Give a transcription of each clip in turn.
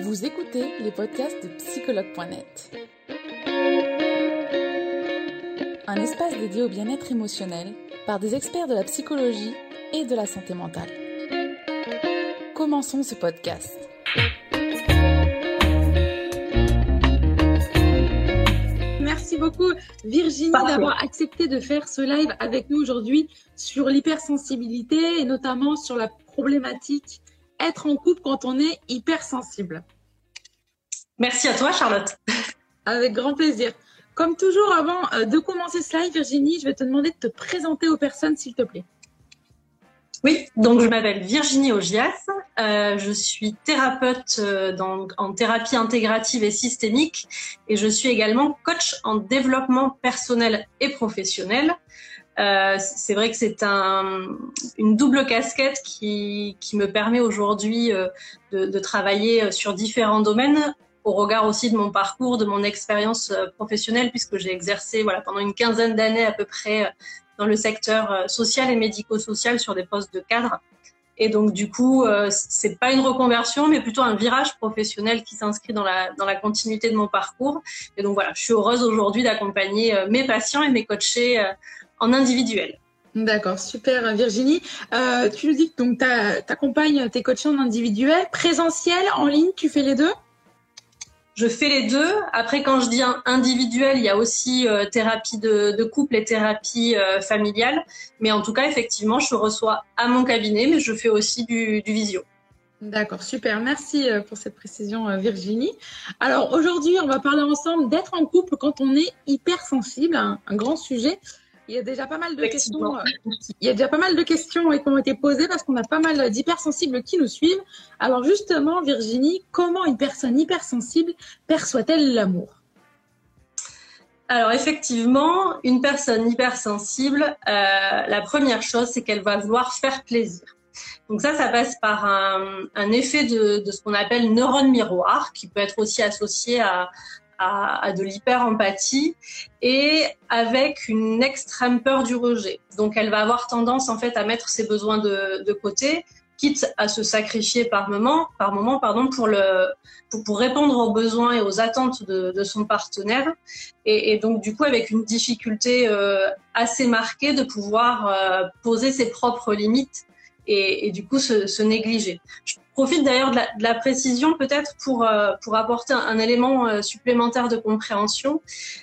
Vous écoutez les podcasts de psychologue.net. Un espace dédié au bien-être émotionnel par des experts de la psychologie et de la santé mentale. Commençons ce podcast. Merci beaucoup Virginie d'avoir accepté de faire ce live avec nous aujourd'hui sur l'hypersensibilité et notamment sur la problématique être en couple quand on est hypersensible. Merci à toi Charlotte. Avec grand plaisir. Comme toujours, avant de commencer ce live, Virginie, je vais te demander de te présenter aux personnes s'il te plaît. Oui, donc je m'appelle Virginie Augias, je suis thérapeute en thérapie intégrative et systémique et je suis également coach en développement personnel et professionnel. C'est vrai que c'est une double casquette qui me permet aujourd'hui de travailler sur différents domaines au regard aussi de mon parcours, de mon expérience professionnelle puisque j'ai exercé pendant une quinzaine d'années à peu près dans le secteur social et médico-social sur des postes de cadre. Et donc du coup, c'est pas une reconversion, mais plutôt un virage professionnel qui s'inscrit dans la continuité de mon parcours. Et donc voilà, je suis heureuse aujourd'hui d'accompagner mes patients et mes coachés en individuel. D'accord, super Virginie. Tu nous dis que donc t'accompagnes tes coachés en individuel, présentiel, en ligne, tu fais les deux? Je fais les deux. Après, quand je dis individuel, il y a aussi thérapie de couple et thérapie familiale. Mais en tout cas, effectivement, je reçois à mon cabinet, mais je fais aussi du visio. D'accord, super. Merci pour cette précision, Virginie. Alors aujourd'hui, on va parler ensemble d'être en couple quand on est hypersensible, un grand sujet. Il y a déjà pas mal de questions. Il y a déjà pas mal de questions qui ont été posées parce qu'on a pas mal d'hypersensibles qui nous suivent. Alors justement, Virginie, comment une personne hypersensible perçoit-elle l'amour? Alors effectivement, une personne hypersensible, la première chose, c'est qu'elle va vouloir faire plaisir. Donc ça passe par un effet de ce qu'on appelle neurone miroir, qui peut être aussi associé à de l'hyper-empathie et avec une extrême peur du rejet. Donc, elle va avoir tendance, en fait, à mettre ses besoins de côté, quitte à se sacrifier par moment, pour répondre aux besoins et aux attentes de son partenaire. Et donc, du coup, avec une difficulté assez marquée de pouvoir poser ses propres limites et du coup, se négliger. Je profite d'ailleurs de la précision peut-être pour apporter un élément supplémentaire de compréhension.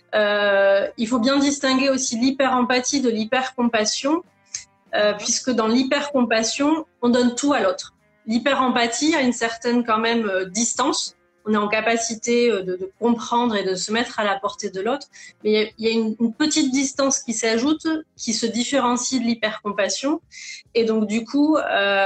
Il faut bien distinguer aussi l'hyper-empathie de l'hyper-compassion, puisque dans l'hyper-compassion, on donne tout à l'autre. L'hyper-empathie a une certaine quand même distance. On est en capacité de comprendre et de se mettre à la portée de l'autre. Mais il y a une petite distance qui s'ajoute, qui se différencie de l'hyper-compassion. Et donc, du coup,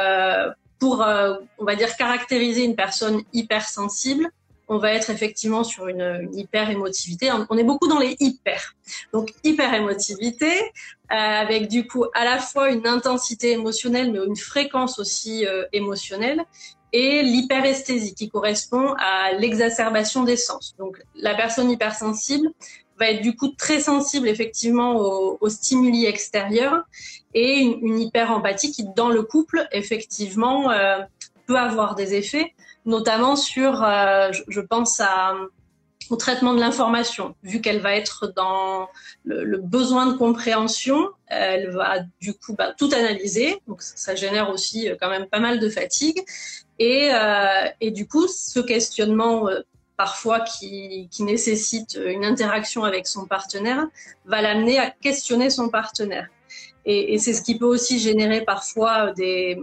pour, on va dire, caractériser une personne hypersensible, on va être effectivement sur une hyper-émotivité. On est beaucoup dans les hyper. Donc, hyper-émotivité, avec du coup à la fois une intensité émotionnelle, mais une fréquence aussi émotionnelle, et l'hyperesthésie qui correspond à l'exacerbation des sens. Donc, la personne hypersensible va être du coup très sensible effectivement aux stimuli extérieurs et une hyper-empathie qui, dans le couple, effectivement, peut avoir des effets, notamment sur, je pense au traitement de l'information. Vu qu'elle va être dans le besoin de compréhension, elle va du coup tout analyser, donc ça génère aussi quand même pas mal de fatigue. Et du coup, ce questionnement parfois qui nécessite une interaction avec son partenaire va l'amener à questionner son partenaire. Et c'est ce qui peut aussi générer parfois des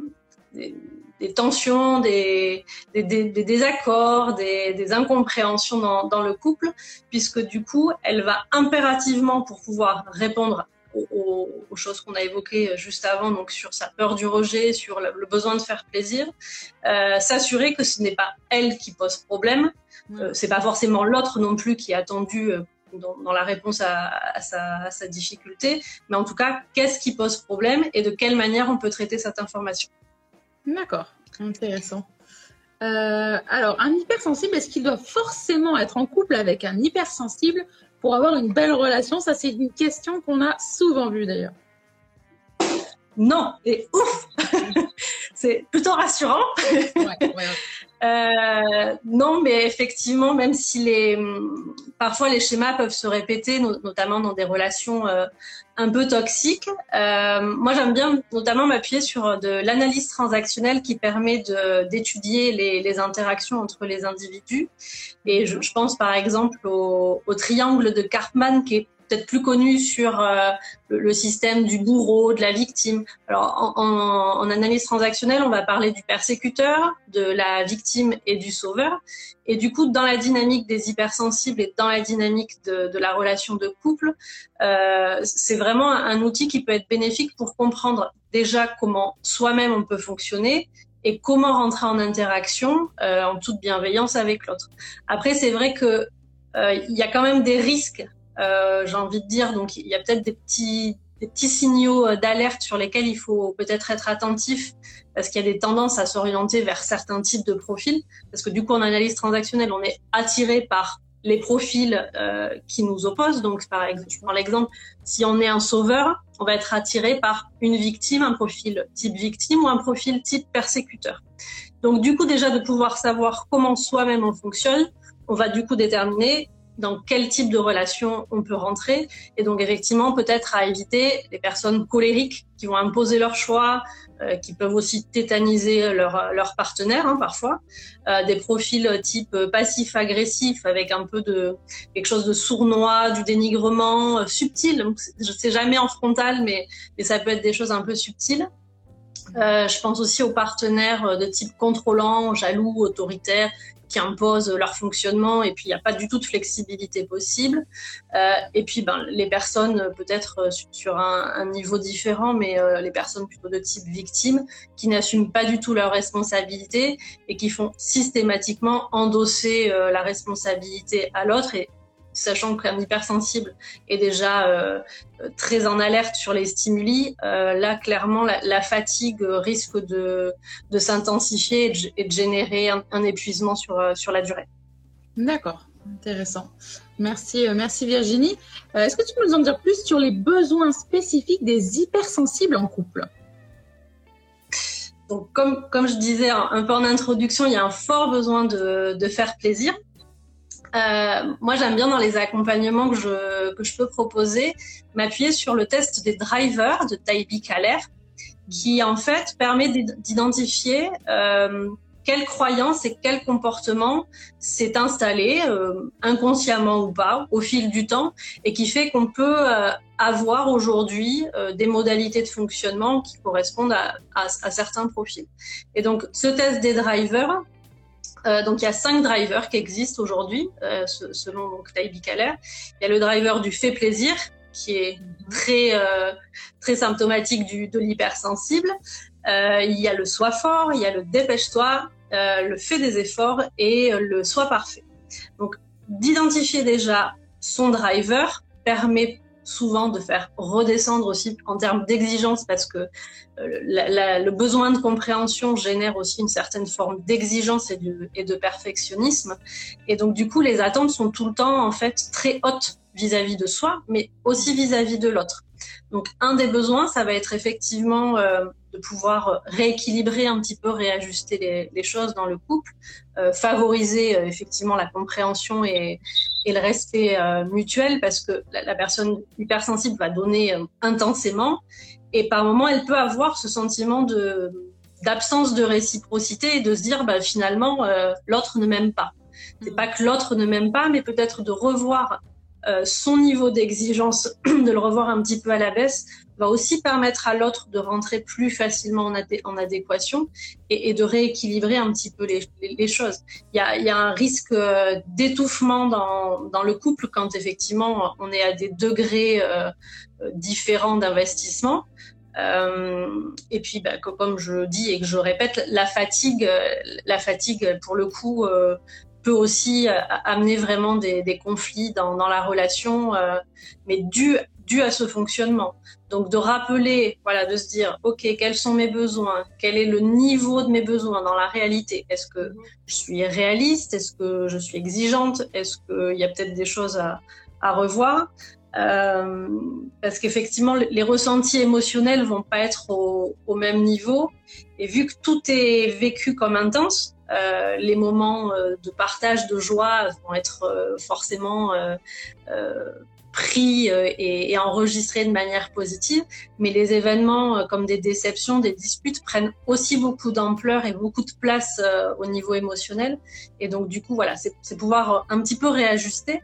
tensions, des désaccords, des incompréhensions dans le couple, puisque du coup, elle va impérativement, pour pouvoir répondre aux choses qu'on a évoquées juste avant, donc sur sa peur du rejet, sur le besoin de faire plaisir, s'assurer que ce n'est pas elle qui pose problème, c'est pas forcément l'autre non plus qui est attendu dans la réponse à sa difficulté, mais en tout cas, qu'est-ce qui pose problème et de quelle manière on peut traiter cette information. D'accord, intéressant. Alors, un hypersensible, est-ce qu'il doit forcément être en couple avec un hypersensible pour avoir une belle relation? Ça, c'est une question qu'on a souvent vue d'ailleurs. Non, et ouf. c'est plutôt rassurant. Non, mais effectivement, même si parfois les schémas peuvent se répéter, notamment dans des relations un peu toxiques, moi j'aime bien notamment m'appuyer sur de l'analyse transactionnelle qui permet d'étudier les interactions entre les individus. Et je pense par exemple au triangle de Karpman qui est peut-être plus connu sur le système du bourreau, de la victime. Alors, en analyse transactionnelle, on va parler du persécuteur, de la victime et du sauveur. Et du coup, dans la dynamique des hypersensibles et dans la dynamique de la relation de couple, c'est vraiment un outil qui peut être bénéfique pour comprendre déjà comment soi-même on peut fonctionner et comment rentrer en interaction en toute bienveillance avec l'autre. Après, c'est vrai que il y a quand même des risques. J'ai envie de dire, donc il y a peut-être des petits signaux d'alerte sur lesquels il faut peut-être être attentif parce qu'il y a des tendances à s'orienter vers certains types de profils parce que du coup en analyse transactionnelle on est attiré par les profils qui nous opposent. Donc par exemple, je prends l'exemple, si on est un sauveur, on va être attiré par une victime, un profil type victime ou un profil type persécuteur. Donc du coup déjà de pouvoir savoir comment soi-même on fonctionne, on va du coup déterminer dans quel type de relation on peut rentrer. Et donc, effectivement, peut-être à éviter les personnes colériques qui vont imposer leur choix, qui peuvent aussi tétaniser leur partenaire, parfois. Des profils type passif-agressif avec un peu de quelque chose de sournois, du dénigrement subtil. Donc, je sais jamais en frontal, mais ça peut être des choses un peu subtiles. Je pense aussi aux partenaires de type contrôlant, jaloux, autoritaire, qui imposent leur fonctionnement et puis il n'y a pas du tout de flexibilité possible. Et puis les personnes peut-être sur un niveau différent, mais les personnes plutôt de type victime qui n'assument pas du tout leurs responsabilités et qui font systématiquement endosser la responsabilité à l'autre. Et sachant qu'un hypersensible est déjà très en alerte sur les stimuli, là clairement la fatigue risque de s'intensifier et de générer un épuisement sur la durée. D'accord, intéressant. Merci Virginie. Est-ce que tu peux nous en dire plus sur les besoins spécifiques des hypersensibles en couple ? Donc comme je disais un peu en introduction, il y a un fort besoin de faire plaisir. Moi, j'aime bien dans les accompagnements que je peux proposer m'appuyer sur le test des drivers de Taibi Kahler, qui en fait permet d'identifier quelle croyance et quel comportement s'est installé, inconsciemment ou pas, au fil du temps, et qui fait qu'on peut avoir aujourd'hui des modalités de fonctionnement qui correspondent à certains profils. Et donc, ce test des drivers, donc il y a 5 drivers qui existent aujourd'hui, selon donc Taibi Kahler. Il y a le driver du fait plaisir, qui est très symptomatique de l'hypersensible. Il y a le sois fort, il y a le dépêche-toi, le fais des efforts et le sois parfait. Donc d'identifier déjà son driver permet souvent de faire redescendre aussi en termes d'exigence parce que le besoin de compréhension génère aussi une certaine forme d'exigence et de perfectionnisme. Et donc, du coup, les attentes sont tout le temps, en fait, très hautes vis-à-vis de soi, mais aussi vis-à-vis de l'autre. Donc, un des besoins, ça va être effectivement de pouvoir rééquilibrer un petit peu, réajuster les choses dans le couple, favoriser effectivement la compréhension et le respect mutuel parce que la personne hypersensible va donner intensément et par moments elle peut avoir ce sentiment d'absence de réciprocité et de se dire finalement l'autre ne m'aime pas. C'est pas que l'autre ne m'aime pas mais peut-être de revoir son niveau d'exigence, de le revoir un petit peu à la baisse, va aussi permettre à l'autre de rentrer plus facilement en adéquation et de rééquilibrer un petit peu les choses. Il y a un risque d'étouffement dans le couple quand effectivement on est à des degrés différents d'investissement. Et puis, comme je dis et que je répète, la fatigue pour le coup peut aussi amener vraiment des conflits dans la relation, mais dû à ce fonctionnement. Donc de rappeler, de se dire, ok, quels sont mes besoins, quel est le niveau de mes besoins dans la réalité. Est-ce que je suis réaliste, est-ce que je suis exigeante, est-ce qu'il y a peut-être des choses à revoir. Parce qu'effectivement, les ressentis émotionnels vont pas être au même niveau Et vu que tout est vécu comme intense, les moments de partage de joie vont être forcément pris et enregistrés de manière positive, mais les événements comme des déceptions, des disputes prennent aussi beaucoup d'ampleur et beaucoup de place au niveau émotionnel. Et donc du coup, voilà, c'est pouvoir un petit peu réajuster.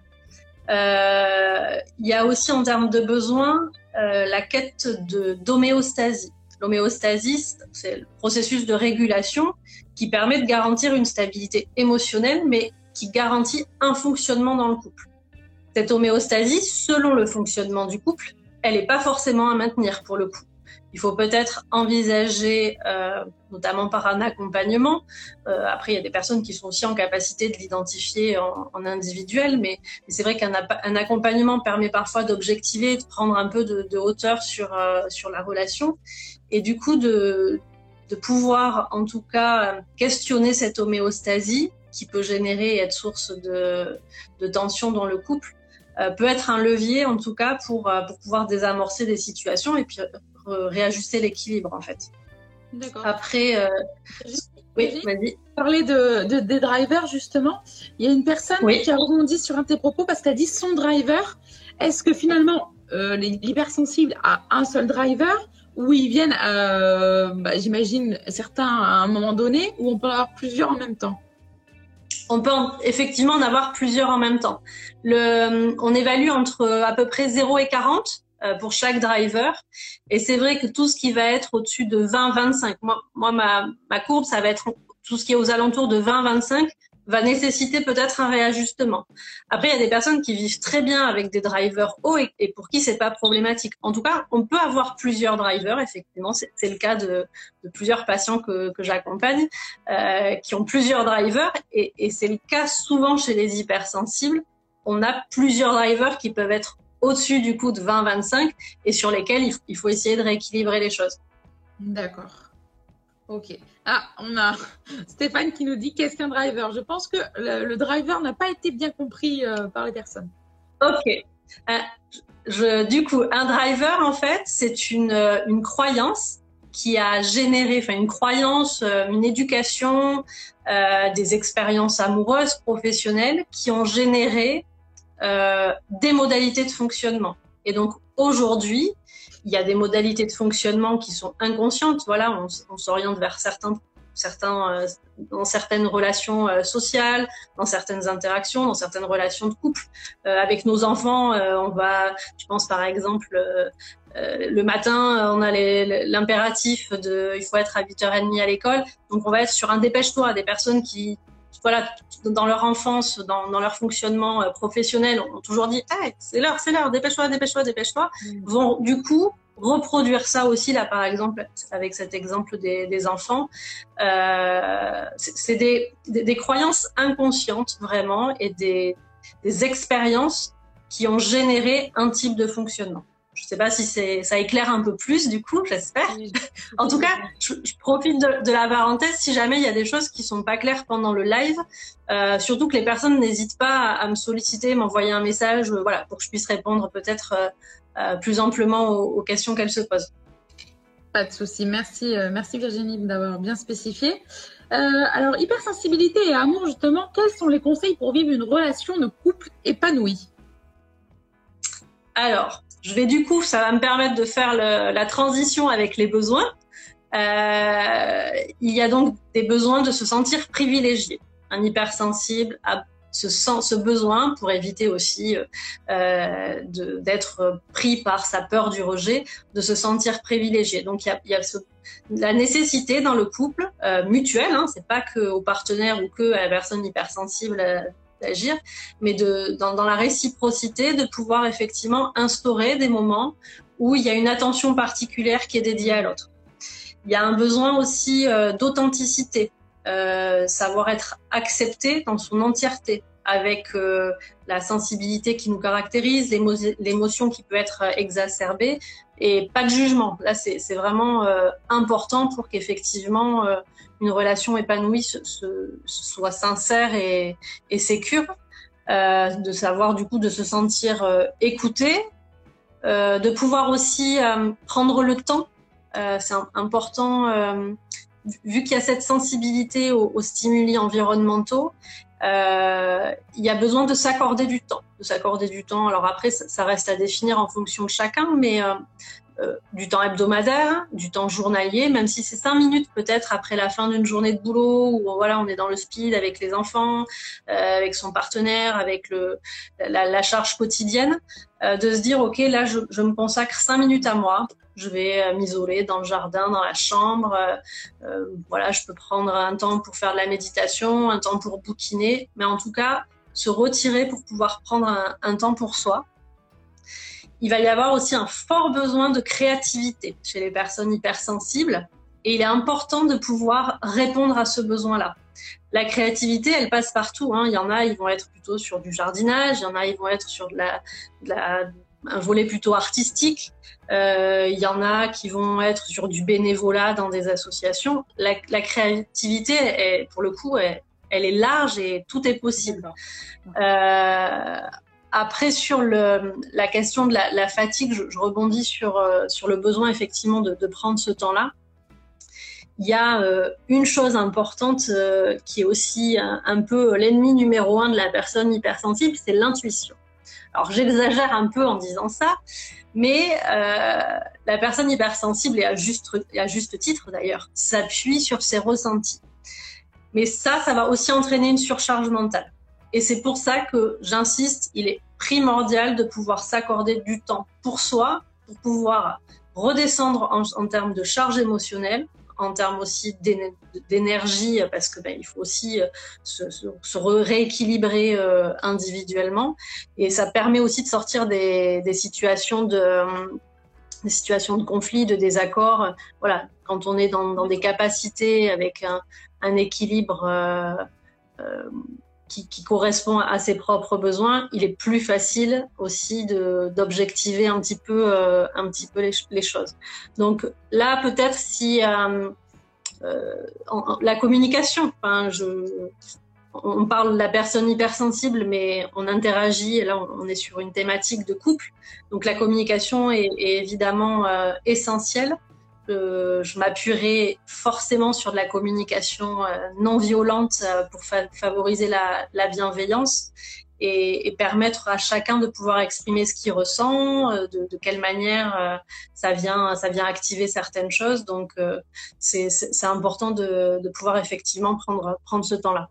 Il y a aussi en termes de besoins la quête d'homéostasie. L'homéostasie, c'est le processus de régulation qui permet de garantir une stabilité émotionnelle, mais qui garantit un fonctionnement dans le couple. Cette homéostasie, selon le fonctionnement du couple, elle n'est pas forcément à maintenir pour le coup. Il faut peut-être envisager, notamment par un accompagnement. Après, il y a des personnes qui sont aussi en capacité de l'identifier en individuel, mais c'est vrai qu'un accompagnement permet parfois d'objectiver, de prendre un peu de hauteur sur la relation, et du coup de pouvoir, en tout cas, questionner cette homéostasie qui peut générer et être source de tension dans le couple, peut être un levier, en tout cas, pour pouvoir désamorcer des situations et puis réajuster l'équilibre, en fait. D'accord. Après, oui, vas-y. Parler des drivers, justement. Il y a une personne qui a rebondi sur un de tes propos parce qu'elle dit son driver. Est-ce que finalement, l'hypersensible a un seul driver ou ils viennent, j'imagine, certains à un moment donné, ou on peut en avoir plusieurs en même temps? On peut effectivement en avoir plusieurs en même temps. On évalue entre à peu près 0 et 40 pour chaque driver. Et c'est vrai que tout ce qui va être au-dessus de 20-25, moi ma courbe, ça va être tout ce qui est aux alentours de 20-25, va nécessiter peut-être un réajustement. Après, il y a des personnes qui vivent très bien avec des drivers hauts et pour qui c'est pas problématique. En tout cas, on peut avoir plusieurs drivers, effectivement. C'est le cas de plusieurs patients que j'accompagne qui ont plusieurs drivers et c'est le cas souvent chez les hypersensibles. On a plusieurs drivers qui peuvent être au-dessus du coup de 20-25 et sur lesquels il faut essayer de rééquilibrer les choses. D'accord. Ok. Ah, on a Stéphane qui nous dit qu'est-ce qu'un driver. Je pense que le driver n'a pas été bien compris par les personnes. Ok. Du coup, un driver, en fait, c'est une croyance qui a généré, enfin une croyance, une éducation, des expériences amoureuses, professionnelles, qui ont généré des modalités de fonctionnement. Et donc aujourd'hui, il y a des modalités de fonctionnement qui sont inconscientes. Voilà, on s'oriente vers dans certaines relations sociales, dans certaines interactions, dans certaines relations de couple. Avec nos enfants, je pense par exemple, le matin, on a l'impératif il faut être à 8h30 à l'école. Donc on va être sur un dépêche-toi, des personnes qui, voilà, dans leur enfance, dans leur fonctionnement professionnel, ont toujours dit hey, c'est l'heure, dépêche-toi. Vont du coup reproduire ça aussi là, par exemple, avec cet exemple des enfants. C'est des croyances inconscientes vraiment et des expériences qui ont généré un type de fonctionnement. Je ne sais pas si ça éclaire un peu plus, du coup, j'espère. En tout cas, je profite de la parenthèse. Si jamais il y a des choses qui ne sont pas claires pendant le live, surtout que les personnes n'hésitent pas à me solliciter, m'envoyer un message, voilà, pour que je puisse répondre peut-être plus amplement aux questions qu'elles se posent. Pas de souci. Merci Virginie d'avoir bien spécifié. Alors, hypersensibilité et amour, justement, quels sont les conseils pour vivre une relation de couple épanouie? Alors, ça va me permettre de faire la transition avec les besoins. Il y a donc des besoins de se sentir privilégié. Un hypersensible a ce besoin, pour éviter aussi d'être pris par sa peur du rejet, de se sentir privilégié. Donc il y a la nécessité dans le couple mutuelle, hein, c'est pas que au partenaire ou que à la personne hypersensible d'agir, mais dans la réciprocité, de pouvoir effectivement instaurer des moments où il y a une attention particulière qui est dédiée à l'autre. Il y a un besoin aussi d'authenticité, savoir être accepté dans son entièreté, avec la sensibilité qui nous caractérise, l'émotion qui peut être exacerbée, et pas de jugement. Là, c'est vraiment important pour qu'effectivement une relation épanouie soit sincère et sécure, de savoir du coup de se sentir écouté, de pouvoir aussi prendre le temps. C'est important vu qu'il y a cette sensibilité aux stimuli environnementaux, il y a besoin de s'accorder du temps. Alors après, ça reste à définir en fonction de chacun, mais du temps hebdomadaire, du temps journalier, même si c'est 5 minutes peut-être après la fin d'une journée de boulot où voilà, on est dans le speed avec les enfants, avec son partenaire, avec la charge quotidienne, de se dire ok, là je me consacre 5 minutes à moi. Je vais m'isoler dans le jardin, dans la chambre. Voilà, je peux prendre un temps pour faire de la méditation, un temps pour bouquiner, mais en tout cas se retirer pour pouvoir prendre un temps pour soi. Il va y avoir aussi un fort besoin de créativité chez les personnes hypersensibles et il est important de pouvoir répondre à ce besoin-là. La créativité, elle passe partout, hein. Il y en a, ils vont être plutôt sur du jardinage, il y en a, ils vont être sur un volet plutôt artistique, il y en a qui vont être sur du bénévolat dans des associations. La créativité, pour le coup, elle est large et tout est possible. Après, sur la question de la fatigue, je rebondis sur le besoin effectivement de prendre ce temps-là. Il y a une chose importante qui est aussi un peu l'ennemi numéro 1 de la personne hypersensible, c'est l'intuition. Alors j'exagère un peu en disant ça, mais la personne hypersensible, et à juste titre d'ailleurs, s'appuie sur ses ressentis. Mais ça va aussi entraîner une surcharge mentale. Et c'est pour ça que j'insiste, il est primordial de pouvoir s'accorder du temps pour soi, pour pouvoir redescendre en termes de charge émotionnelle, en termes aussi d'énergie, parce que il faut aussi se rééquilibrer individuellement. Et ça permet aussi de sortir des situations de conflit, de désaccord. Voilà, quand on est dans des capacités avec un équilibre qui correspond à ses propres besoins, il est plus facile aussi d'objectiver un petit peu les choses. Donc là, peut-être si la communication, on parle de la personne hypersensible, mais on interagit, et là on est sur une thématique de couple, donc la communication est évidemment essentielle. Je m'appuierai forcément sur de la communication non violente pour favoriser la bienveillance et permettre à chacun de pouvoir exprimer ce qu'il ressent, de quelle manière ça vient activer certaines choses. Donc c'est important de pouvoir effectivement prendre ce temps-là.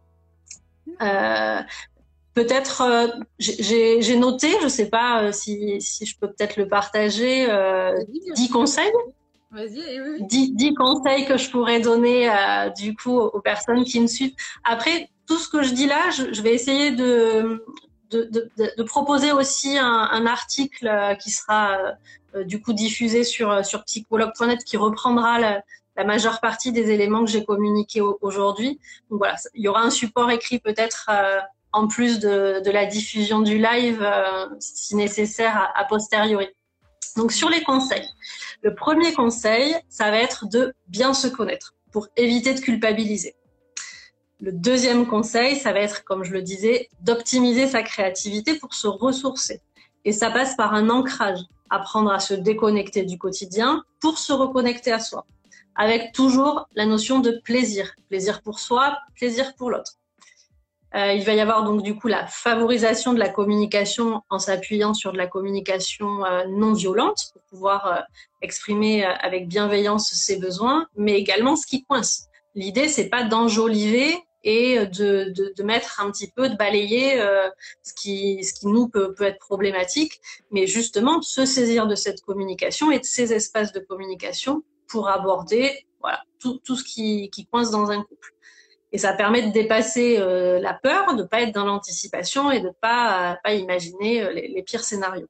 Peut-être j'ai noté, je sais pas si je peux peut-être le partager, 10 conseils. Vas-y, oui. 10 conseils que je pourrais donner du coup aux personnes qui me suivent. Après, tout ce que je dis là, je vais essayer de proposer aussi un article qui sera du coup diffusé sur psychologue.net qui reprendra la majeure partie des éléments que j'ai communiqués aujourd'hui. Donc voilà, il y aura un support écrit peut-être en plus de la diffusion du live si nécessaire a posteriori. Donc sur les conseils, le premier conseil, ça va être de bien se connaître pour éviter de culpabiliser. Le deuxième conseil, ça va être, comme je le disais, d'optimiser sa créativité pour se ressourcer. Et ça passe par un ancrage, apprendre à se déconnecter du quotidien pour se reconnecter à soi, avec toujours la notion de plaisir. Plaisir pour soi, plaisir pour l'autre. Il va y avoir donc du coup la favorisation de la communication en s'appuyant sur de la communication non violente pour pouvoir exprimer avec bienveillance ses besoins, mais également ce qui coince. L'idée, c'est pas d'enjoliver et de mettre un petit peu, de balayer ce qui nous peut être problématique, mais justement de se saisir de cette communication et de ces espaces de communication pour aborder voilà tout ce qui coince dans un couple. Et ça permet de dépasser la peur, de pas être dans l'anticipation et de pas imaginer les pires scénarios.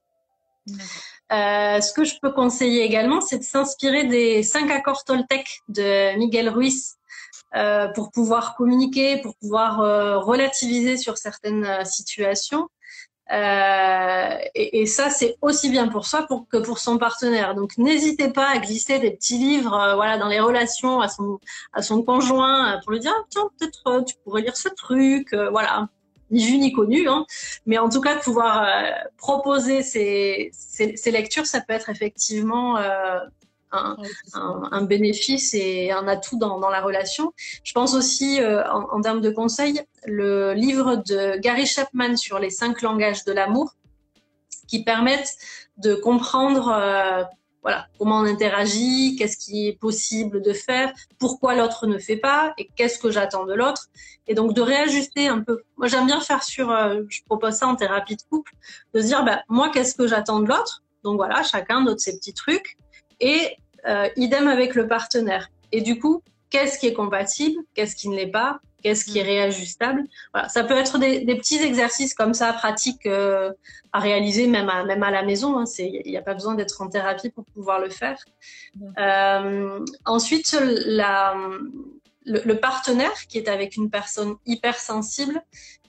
Ce que je peux conseiller également, c'est de s'inspirer des 5 accords Toltec de Miguel Ruiz pour pouvoir communiquer, pour pouvoir relativiser sur certaines situations. Et ça, c'est aussi bien pour soi que pour son partenaire. Donc, n'hésitez pas à glisser des petits livres, voilà, dans les relations à son conjoint, pour lui dire, ah, tiens, peut-être tu pourrais lire ce truc, voilà, ni vu ni connu, hein. Mais en tout cas, de pouvoir proposer ces lectures, ça peut être effectivement un bénéfice et un atout dans la relation. Je pense aussi, en termes de conseils, le livre de Gary Chapman sur les 5 langages de l'amour, qui permettent de comprendre voilà, comment on interagit, qu'est-ce qui est possible de faire, pourquoi l'autre ne fait pas et qu'est-ce que j'attends de l'autre. Et donc de réajuster un peu. Moi, j'aime bien faire je propose ça en thérapie de couple, de se dire, moi, qu'est-ce que j'attends de l'autre? Donc voilà, chacun note ses petits trucs. Et idem avec le partenaire. Et du coup, qu'est-ce qui est compatible, qu'est-ce qui ne l'est pas, qu'est-ce qui est réajustable. Voilà, ça peut être des petits exercices comme ça, pratiques à réaliser même à la maison. Hein. Il n'y a pas besoin d'être en thérapie pour pouvoir le faire. Ensuite, le partenaire qui est avec une personne hypersensible,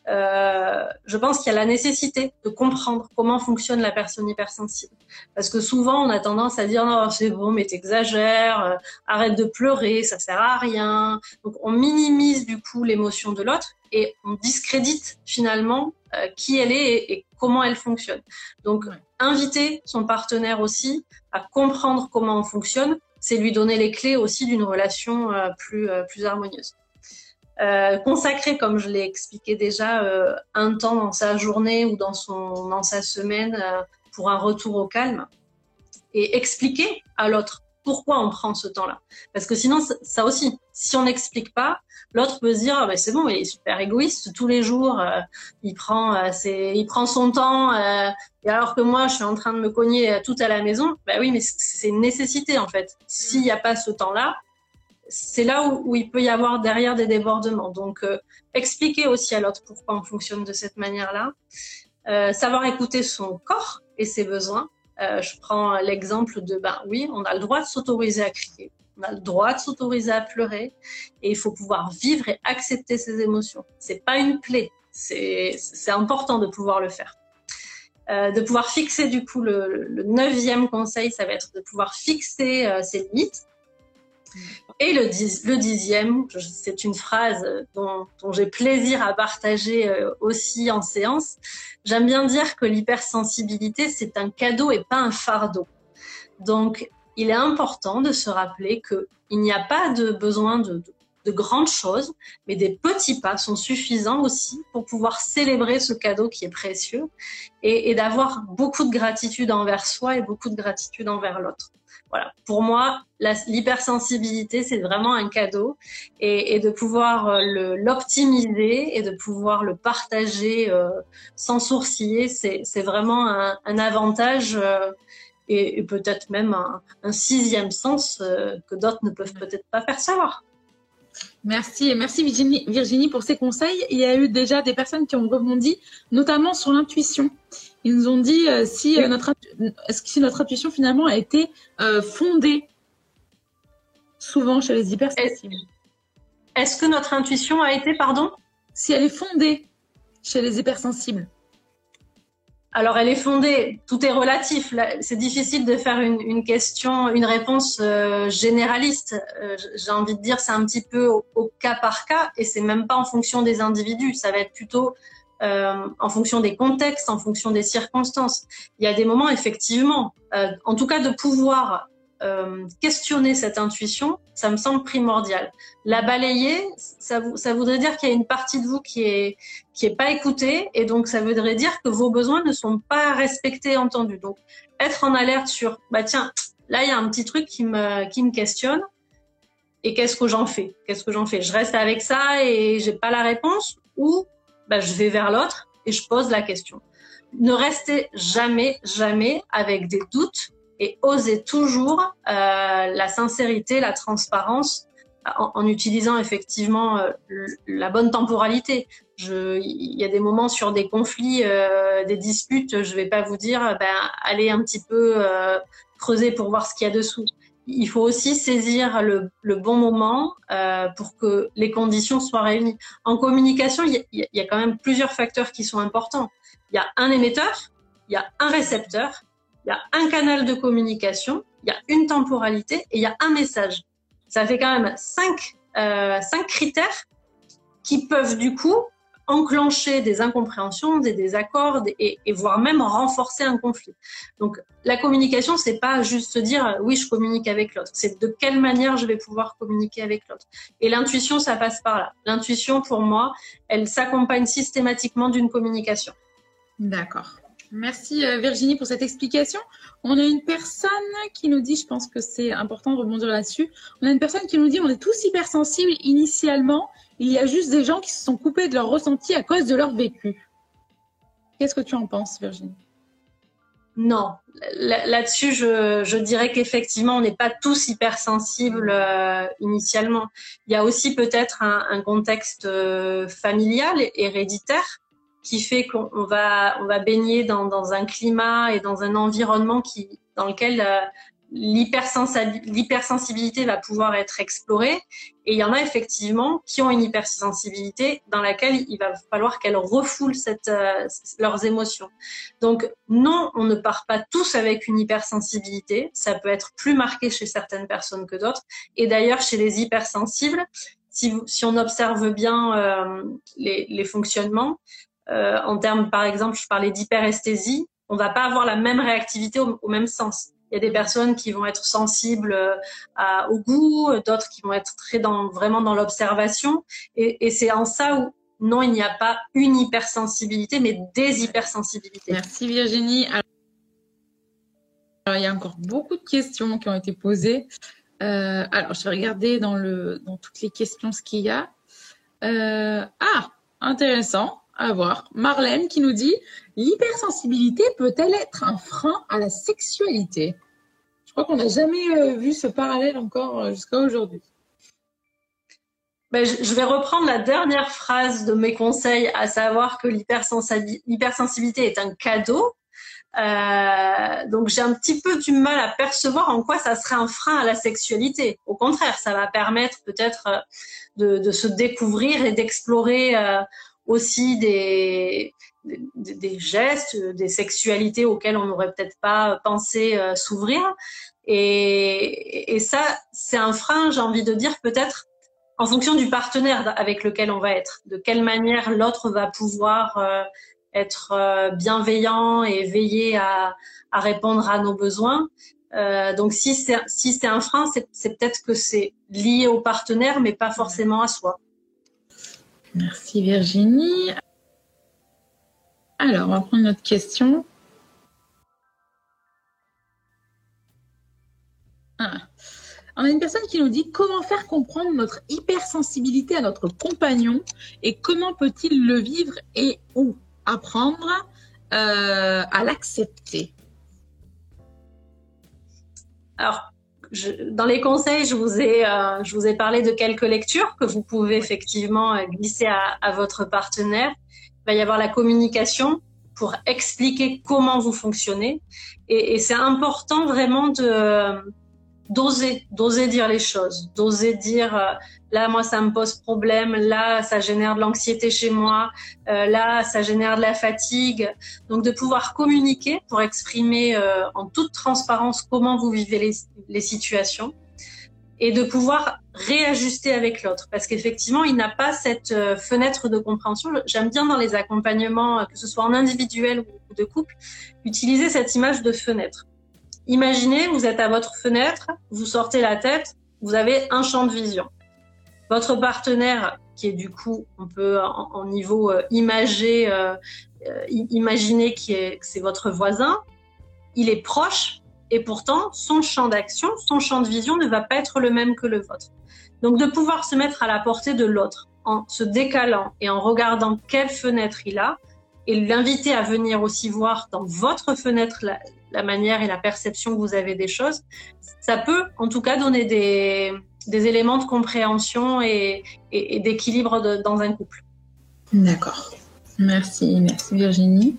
je pense qu'il y a la nécessité de comprendre comment fonctionne la personne hypersensible. Parce que souvent, on a tendance à dire « Non, c'est bon, mais t'exagères, arrête de pleurer, ça sert à rien. » Donc, on minimise du coup l'émotion de l'autre et on discrédite finalement qui elle est et comment elle fonctionne. Donc, inviter son partenaire aussi à comprendre comment on fonctionne, c'est lui donner les clés aussi d'une relation plus harmonieuse. Consacrer, comme je l'ai expliqué déjà, un temps dans sa journée ou dans sa semaine pour un retour au calme et expliquer à l'autre pourquoi on prend ce temps-là. Parce que sinon, ça aussi, si on n'explique pas, l'autre peut se dire c'est bon, il est super égoïste tous les jours, il prend son temps et alors que moi je suis en train de me cogner tout à la maison. Oui, mais c'est une nécessité en fait. S'il n'y a pas ce temps-là, c'est là où il peut y avoir derrière des débordements. Donc, expliquer aussi à l'autre pourquoi on fonctionne de cette manière-là. Savoir écouter son corps et ses besoins. Je prends l'exemple de, oui, on a le droit de s'autoriser à crier. On a le droit de s'autoriser à pleurer. Et il faut pouvoir vivre et accepter ses émotions. C'est pas une plaie. C'est important de pouvoir le faire. De pouvoir fixer, du coup, le 9e conseil, ça va être de pouvoir fixer ses limites. Et le 10e, c'est une phrase dont j'ai plaisir à partager aussi en séance. J'aime bien dire que l'hypersensibilité, c'est un cadeau et pas un fardeau. Donc, il est important de se rappeler qu'il n'y a pas de besoin de grandes choses, mais des petits pas sont suffisants aussi pour pouvoir célébrer ce cadeau qui est précieux et d'avoir beaucoup de gratitude envers soi et beaucoup de gratitude envers l'autre. Voilà. Pour moi, l'hypersensibilité, c'est vraiment un cadeau et de pouvoir l'optimiser et de pouvoir le partager sans sourciller, c'est vraiment un avantage et peut-être même un 6e sens que d'autres ne peuvent peut-être pas percevoir. Merci Virginie pour ces conseils. Il y a eu déjà des personnes qui ont rebondi, notamment sur l'intuition. Ils nous ont dit si notre intuition finalement a été fondée souvent chez les hypersensibles. Est-ce que notre intuition a été, pardon ? Si elle est fondée chez les hypersensibles. Alors, elle est fondée, tout est relatif. C'est difficile de faire une réponse généraliste. J'ai envie de dire, c'est un petit peu au cas par cas et c'est même pas en fonction des individus. Ça va être plutôt en fonction des contextes, en fonction des circonstances. Il y a des moments, effectivement, en tout cas de pouvoir questionner cette intuition, ça me semble primordial. La balayer, ça voudrait dire qu'il y a une partie de vous qui est pas écoutée et donc ça voudrait dire que vos besoins ne sont pas respectés, entendus. Donc être en alerte sur tiens, là il y a un petit truc qui me questionne et qu'est-ce que j'en fais ? Je reste avec ça et j'ai pas la réponse ou je vais vers l'autre et je pose la question. Ne restez jamais avec des doutes et osez toujours la sincérité, la transparence en utilisant effectivement la bonne temporalité. Il y a des moments sur des conflits, des disputes, je vais pas vous dire allez un petit peu creuser pour voir ce qu'il y a dessous. Il faut aussi saisir le bon moment pour que les conditions soient réunies. En communication, il y a quand même plusieurs facteurs qui sont importants. Il y a un émetteur, il y a un récepteur, il y a un canal de communication, il y a une temporalité et il y a un message. Ça fait quand même 5 critères qui peuvent du coup enclencher des incompréhensions, des désaccords et voire même renforcer un conflit. Donc la communication, c'est pas juste se dire oui, je communique avec l'autre, c'est de quelle manière je vais pouvoir communiquer avec l'autre. Et l'intuition, ça passe par là. L'intuition, pour moi, elle s'accompagne systématiquement d'une communication. D'accord. Merci Virginie pour cette explication. On a une personne qui nous dit, je pense que c'est important de rebondir là-dessus, on a une personne qui nous dit on est tous hypersensibles initialement, il y a juste des gens qui se sont coupés de leur ressenti à cause de leur vécu. Qu'est-ce que tu en penses, Virginie? Non, là-dessus, je dirais qu'effectivement, on n'est pas tous hypersensibles initialement. Il y a aussi peut-être un contexte familial, héréditaire, qui fait qu'on va baigner dans un climat et dans un environnement dans lequel l'hypersensibilité va pouvoir être explorée. Et il y en a effectivement qui ont une hypersensibilité dans laquelle il va falloir qu'elles refoulent leurs émotions. Donc non, on ne part pas tous avec une hypersensibilité. Ça peut être plus marqué chez certaines personnes que d'autres. Et d'ailleurs, chez les hypersensibles, si on observe bien les fonctionnements, en termes, par exemple, je parlais d'hyperesthésie, on va pas avoir la même réactivité au même sens. Il y a des personnes qui vont être sensibles au goût, d'autres qui vont être vraiment dans l'observation. Et c'est en ça où, non, il n'y a pas une hypersensibilité, mais des hypersensibilités. Merci Virginie. Alors, il y a encore beaucoup de questions qui ont été posées. Alors, je vais regarder dans toutes les questions ce qu'il y a. Intéressant. À voir. Marlène qui nous dit « L'hypersensibilité peut-elle être un frein à la sexualité ?» Je crois qu'on n'a jamais vu ce parallèle encore jusqu'à aujourd'hui. Ben, je vais reprendre la dernière phrase de mes conseils, à savoir que l'hypersensibilité est un cadeau. Donc j'ai un petit peu du mal à percevoir en quoi ça serait un frein à la sexualité. Au contraire, ça va permettre peut-être de se découvrir et d'explorer aussi des gestes, des sexualités auxquelles on n'aurait peut-être pas pensé s'ouvrir. Et ça, c'est un frein, j'ai envie de dire, peut-être en fonction du partenaire avec lequel on va être. De quelle manière l'autre va pouvoir être bienveillant et veiller à répondre à nos besoins. Donc si c'est un frein, c'est peut-être que c'est lié au partenaire, mais pas forcément à soi. Merci Virginie. Alors, on va prendre notre question. On a une personne qui nous dit comment faire comprendre notre hypersensibilité à notre compagnon et comment peut-il le vivre et ou apprendre à l'accepter. Alors, dans les conseils, je vous ai parlé de quelques lectures que vous pouvez effectivement glisser à votre partenaire. Il va y avoir la communication pour expliquer comment vous fonctionnez. Et c'est important vraiment d'oser dire les choses, d'oser dire là, moi, ça me pose problème, là, ça génère de l'anxiété chez moi, là, ça génère de la fatigue. Donc, de pouvoir communiquer pour exprimer en toute transparence comment vous vivez les situations et de pouvoir réajuster avec l'autre. Parce qu'effectivement, il n'a pas cette fenêtre de compréhension. J'aime bien dans les accompagnements, que ce soit en individuel ou de couple, utiliser cette image de fenêtre. Imaginez, vous êtes à votre fenêtre, vous sortez la tête, vous avez un champ de vision. Votre partenaire, qui est du coup, on peut en niveau imagé, imaginer que c'est votre voisin, il est proche et pourtant son champ d'action, son champ de vision ne va pas être le même que le vôtre. Donc de pouvoir se mettre à la portée de l'autre en se décalant et en regardant quelle fenêtre il a et l'inviter à venir aussi voir dans votre fenêtre la manière et la perception que vous avez des choses, ça peut en tout cas donner des éléments de compréhension et d'équilibre dans un couple. D'accord. Merci Virginie.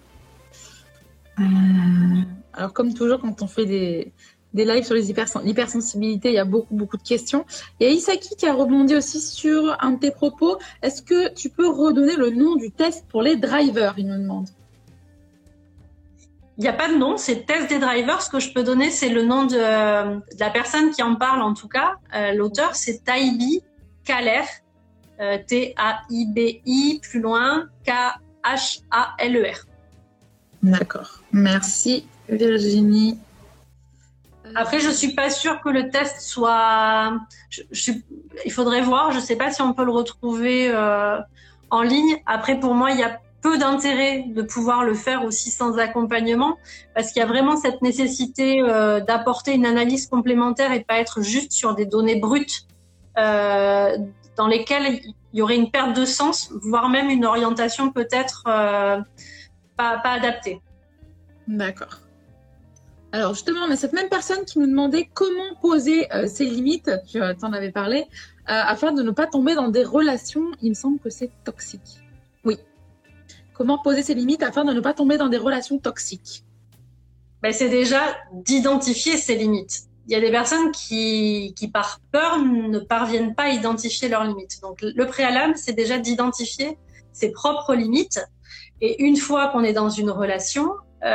Alors comme toujours, quand on fait des lives sur l'hypersensibilité, il y a beaucoup de questions. Il y a Isaki qui a rebondi aussi sur un de tes propos. Est-ce que tu peux redonner le nom du test pour les drivers, il nous demande. Il n'y a pas de nom, c'est test des drivers. Ce que je peux donner, c'est le nom de la personne qui en parle en tout cas. L'auteur, c'est Taïbi Kaler. T-A-I-B-I, plus loin, K-H-A-L-E-R. D'accord. Merci Virginie. Après, je suis pas sûre que le test soit... Il faudrait voir, je sais pas si on peut le retrouver en ligne. Après, pour moi, il y a peu d'intérêt de pouvoir le faire aussi sans accompagnement, parce qu'il y a vraiment cette nécessité d'apporter une analyse complémentaire et pas être juste sur des données brutes dans lesquelles il y aurait une perte de sens, voire même une orientation peut-être pas adaptée. D'accord. Alors justement, on a cette même personne qui nous demandait comment poser ses limites, tu en avais parlé, afin de ne pas tomber dans des relations, il me semble que c'est toxique. Oui. Comment poser ses limites afin de ne pas tomber dans des relations toxiques? C'est déjà d'identifier ses limites. Il y a des personnes qui, par peur, ne parviennent pas à identifier leurs limites. Donc le préalable, c'est déjà d'identifier ses propres limites. Et une fois qu'on est dans une relation,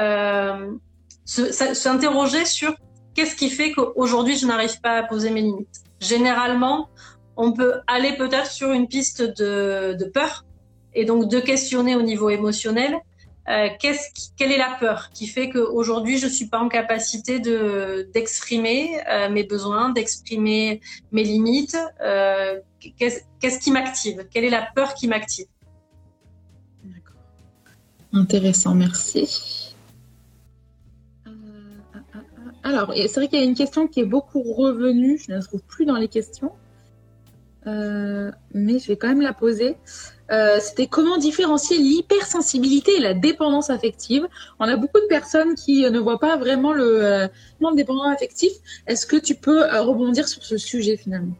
s'interroger sur qu'est-ce qui fait qu'aujourd'hui je n'arrive pas à poser mes limites. Généralement, on peut aller peut-être sur une piste de peur et donc de questionner au niveau émotionnel quelle est la peur qui fait qu'aujourd'hui je suis pas en capacité d'exprimer mes besoins, d'exprimer mes limites. Qu'est-ce qui m'active? Quelle est la peur qui m'active? D'accord. Intéressant, merci. Alors, c'est vrai qu'il y a une question qui est beaucoup revenue, je ne la trouve plus dans les questions, mais je vais quand même la poser. C'était comment différencier l'hypersensibilité et la dépendance affective. On a beaucoup de personnes qui ne voient pas vraiment le dépendant affectif. Est-ce que tu peux rebondir sur ce sujet finalement?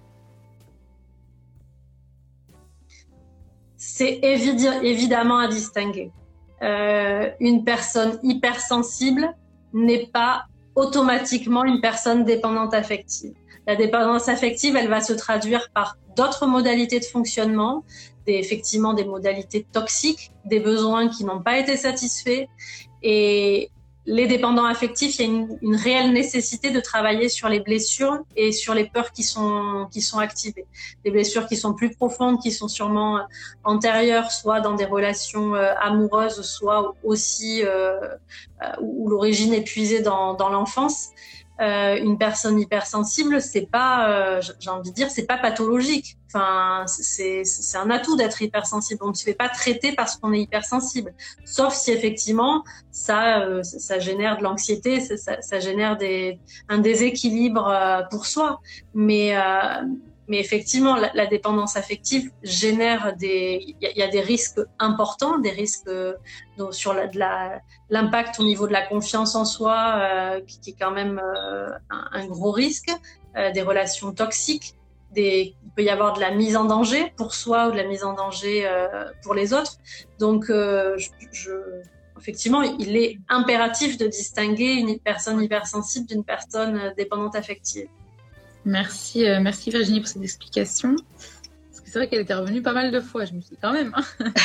C'est évidemment à distinguer. Une personne hypersensible n'est pas automatiquement une personne dépendante affective. La dépendance affective, elle va se traduire par d'autres modalités de fonctionnement, effectivement des modalités toxiques, des besoins qui n'ont pas été satisfaits. Et les dépendants affectifs, il y a une réelle nécessité de travailler sur les blessures et sur les peurs qui sont activées. Des blessures qui sont plus profondes, qui sont sûrement antérieures, soit dans des relations amoureuses, soit aussi où l'origine est puisée dans l'enfance. Une personne hypersensible, c'est pas, j'ai envie de dire, c'est pas pathologique. Enfin, c'est un atout d'être hypersensible. On ne se fait pas traiter parce qu'on est hypersensible, sauf si effectivement ça génère de l'anxiété, ça génère un déséquilibre pour soi. Mais effectivement, la dépendance affective génère il y a des risques importants, des risques sur l'impact au niveau de la confiance en soi, qui est quand même un gros risque, des relations toxiques, il peut y avoir de la mise en danger pour soi ou de la mise en danger pour les autres. Donc, effectivement, il est impératif de distinguer une personne hypersensible d'une personne dépendante affective. Merci Virginie pour cette explication. Parce que c'est vrai qu'elle était revenue pas mal de fois, je me suis dit quand même.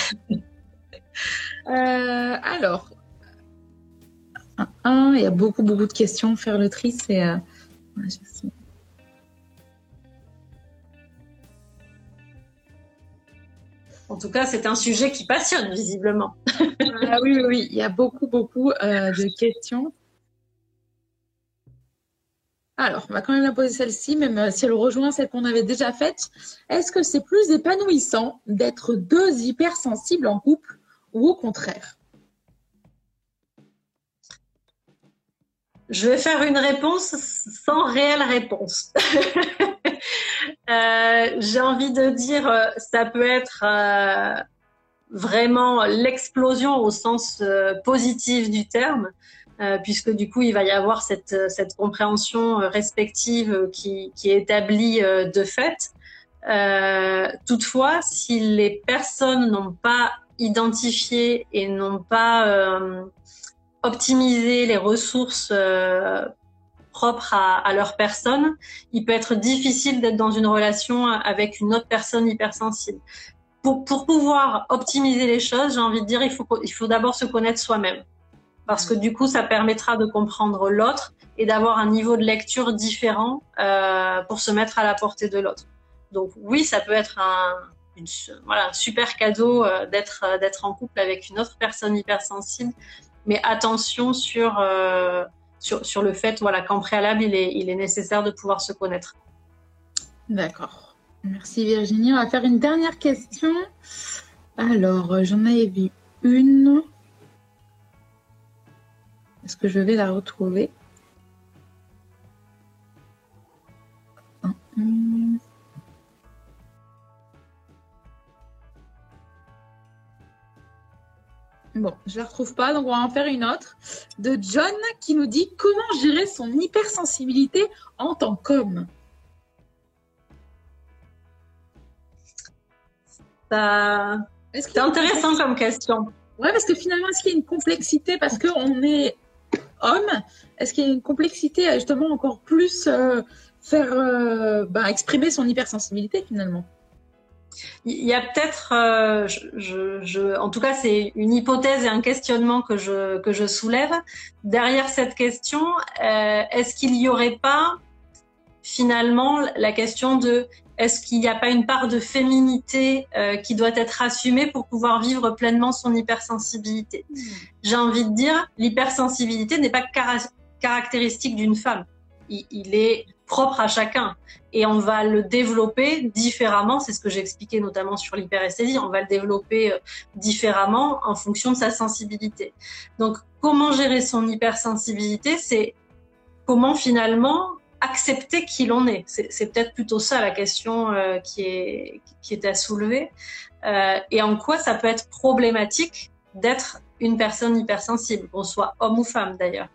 Alors, il y a beaucoup de questions. Faire le tri, c'est... En tout cas, c'est un sujet qui passionne, visiblement. Oui, il y a beaucoup de questions. Alors, on va quand même la poser celle-ci, même si elle rejoint celle qu'on avait déjà faite. Est-ce que c'est plus épanouissant d'être deux hypersensibles en couple ou au contraire? Je vais faire une réponse sans réelle réponse. J'ai envie de dire, ça peut être vraiment l'explosion au sens positif du terme, puisque du coup, il va y avoir cette compréhension respective qui est établie de fait. Toutefois, si les personnes n'ont pas identifié et n'ont pas optimisé les ressources propres à leur personne, il peut être difficile d'être dans une relation avec une autre personne hypersensible. Pour pouvoir optimiser les choses, j'ai envie de dire, il faut d'abord se connaître soi-même. Parce que du coup, ça permettra de comprendre l'autre et d'avoir un niveau de lecture différent pour se mettre à la portée de l'autre. Donc oui, ça peut être voilà, un super cadeau d'être en couple avec une autre personne hypersensible. Mais attention sur le fait, voilà, qu'en préalable, il est nécessaire de pouvoir se connaître. D'accord. Merci Virginie. On va faire une dernière question. Alors, j'en avais vu une. Est-ce que je vais la retrouver? Bon, je la retrouve pas, donc on va en faire une autre. De John qui nous dit comment gérer son hypersensibilité en tant qu'homme. C'est intéressant comme question. Ouais, parce que finalement, est-ce qu'il y a une complexité parce qu'on est homme? Est-ce qu'il y a une complexité à justement encore plus faire exprimer son hypersensibilité finalement? Il y a peut-être, en tout cas, c'est une hypothèse et un questionnement que je soulève. Derrière cette question, est-ce qu'il n'y aurait pas finalement la question de est-ce qu'il n'y a pas une part de féminité qui doit être assumée pour pouvoir vivre pleinement son hypersensibilité? J'ai envie de dire, l'hypersensibilité n'est pas caractéristique d'une femme. Il est propre à chacun et on va le développer différemment. C'est ce que j'ai expliqué notamment sur l'hyperesthésie. On va le développer différemment en fonction de sa sensibilité. Donc, comment gérer son hypersensibilité? C'est comment finalement accepter qui l'on est. C'est peut-être plutôt ça la question qui est à soulever. Et en quoi ça peut être problématique d'être une personne hypersensible, qu'on soit homme ou femme d'ailleurs.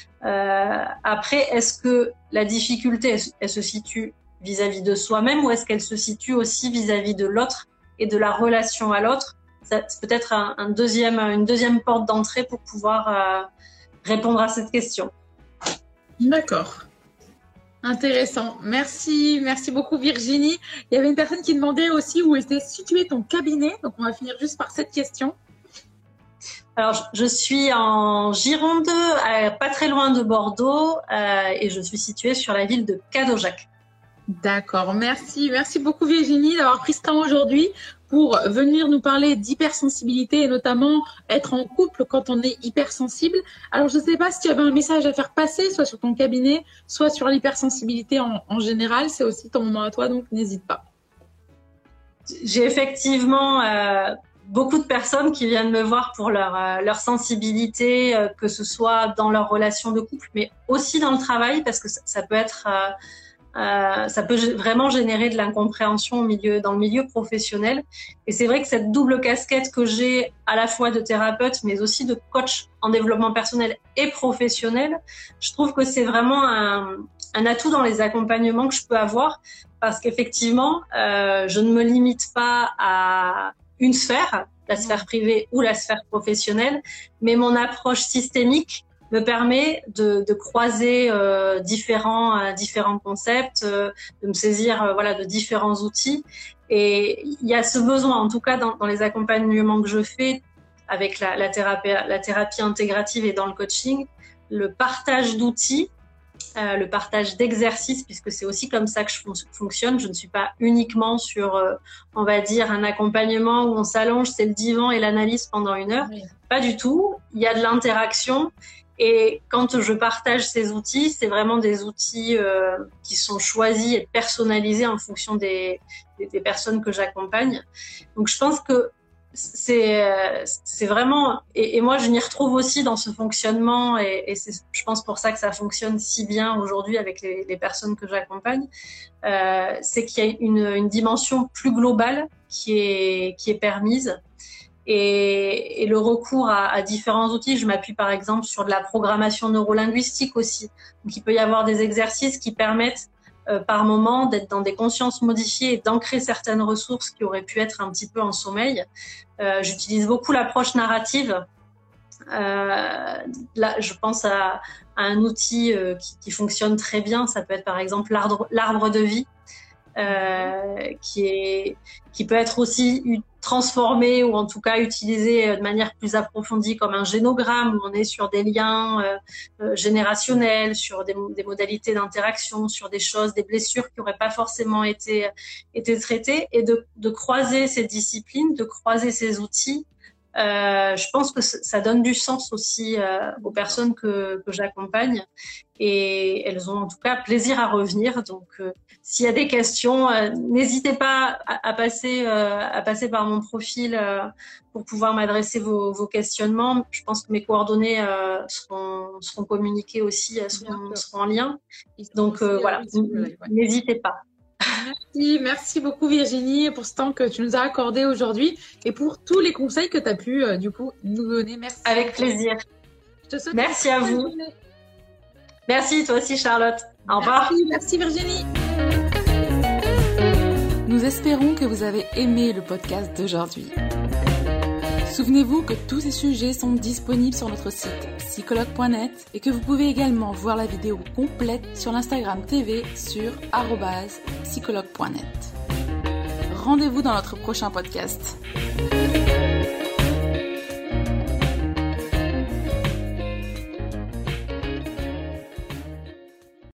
Après, est-ce que la difficulté, elle se situe vis-à-vis de soi-même ou est-ce qu'elle se situe aussi vis-à-vis de l'autre et de la relation à l'autre? C'est peut-être une deuxième porte d'entrée pour pouvoir répondre à cette question. D'accord. Intéressant. Merci beaucoup Virginie. Il y avait une personne qui demandait aussi où était situé ton cabinet. Donc on va finir juste par cette question. Alors, je suis en Gironde, pas très loin de Bordeaux, et je suis située sur la ville de Cadojac. D'accord, merci beaucoup Virginie d'avoir pris ce temps aujourd'hui pour venir nous parler d'hypersensibilité et notamment être en couple quand on est hypersensible. Alors, je ne sais pas si tu avais un message à faire passer, soit sur ton cabinet, soit sur l'hypersensibilité en général. C'est aussi ton moment à toi, donc n'hésite pas. J'ai effectivement beaucoup de personnes qui viennent me voir pour leur sensibilité, que ce soit dans leur relation de couple, mais aussi dans le travail, parce que ça peut être... ça peut vraiment générer de l'incompréhension dans le milieu professionnel. Et c'est vrai que cette double casquette que j'ai à la fois de thérapeute, mais aussi de coach en développement personnel et professionnel, je trouve que c'est vraiment un atout dans les accompagnements que je peux avoir, parce qu'effectivement, je ne me limite pas à une sphère, la sphère privée ou la sphère professionnelle, mais mon approche systémique me permet de croiser différents concepts, de me saisir de différents outils. Et il y a ce besoin, en tout cas dans les accompagnements que je fais avec la thérapie intégrative et dans le coaching, le partage d'outils, le partage d'exercices, puisque c'est aussi comme ça que je fonctionne. Je ne suis pas uniquement sur, on va dire, un accompagnement où on s'allonge, c'est le divan et l'analyse pendant 1 heure. Oui. Pas du tout. Il y a de l'interaction. Et quand je partage ces outils, c'est vraiment des outils qui sont choisis et personnalisés en fonction des personnes que j'accompagne. Donc, je pense que c'est vraiment... Et moi, je m'y retrouve aussi dans ce fonctionnement et c'est, je pense, pour ça que ça fonctionne si bien aujourd'hui avec les personnes que j'accompagne. C'est qu'il y a une dimension plus globale qui est permise. Et le recours à différents outils, je m'appuie par exemple sur de la programmation neurolinguistique aussi. Donc il peut y avoir des exercices qui permettent par moment d'être dans des consciences modifiées et d'ancrer certaines ressources qui auraient pu être un petit peu en sommeil. J'utilise beaucoup l'approche narrative. Là, je pense à un outil qui fonctionne très bien. Ça peut être par exemple l'arbre de vie. Qui peut être aussi transformer ou en tout cas utiliser de manière plus approfondie comme un génogramme où on est sur des liens générationnels, sur des modalités d'interaction, sur des choses, des blessures qui n'auraient pas forcément été traitées, et de croiser ces disciplines, de croiser ces outils. Je pense que ça donne du sens aussi aux personnes que j'accompagne, et elles ont en tout cas plaisir à revenir. Donc, s'il y a des questions, n'hésitez pas à passer par mon profil pour pouvoir m'adresser vos questionnements. Je pense que mes coordonnées seront communiquées aussi, seront en lien. Donc voilà, n'hésitez pas. Merci beaucoup Virginie pour ce temps que tu nous as accordé aujourd'hui et pour tous les conseils que tu as pu du coup nous donner. Merci. Avec plaisir. Je te souhaite merci à vous. Journée. Merci toi aussi Charlotte. Au revoir. Merci Virginie. Nous espérons que vous avez aimé le podcast d'aujourd'hui. Souvenez-vous que tous ces sujets sont disponibles sur notre site psychologue.net et que vous pouvez également voir la vidéo complète sur l'Instagram TV sur @psychologue.net. Rendez-vous dans notre prochain podcast.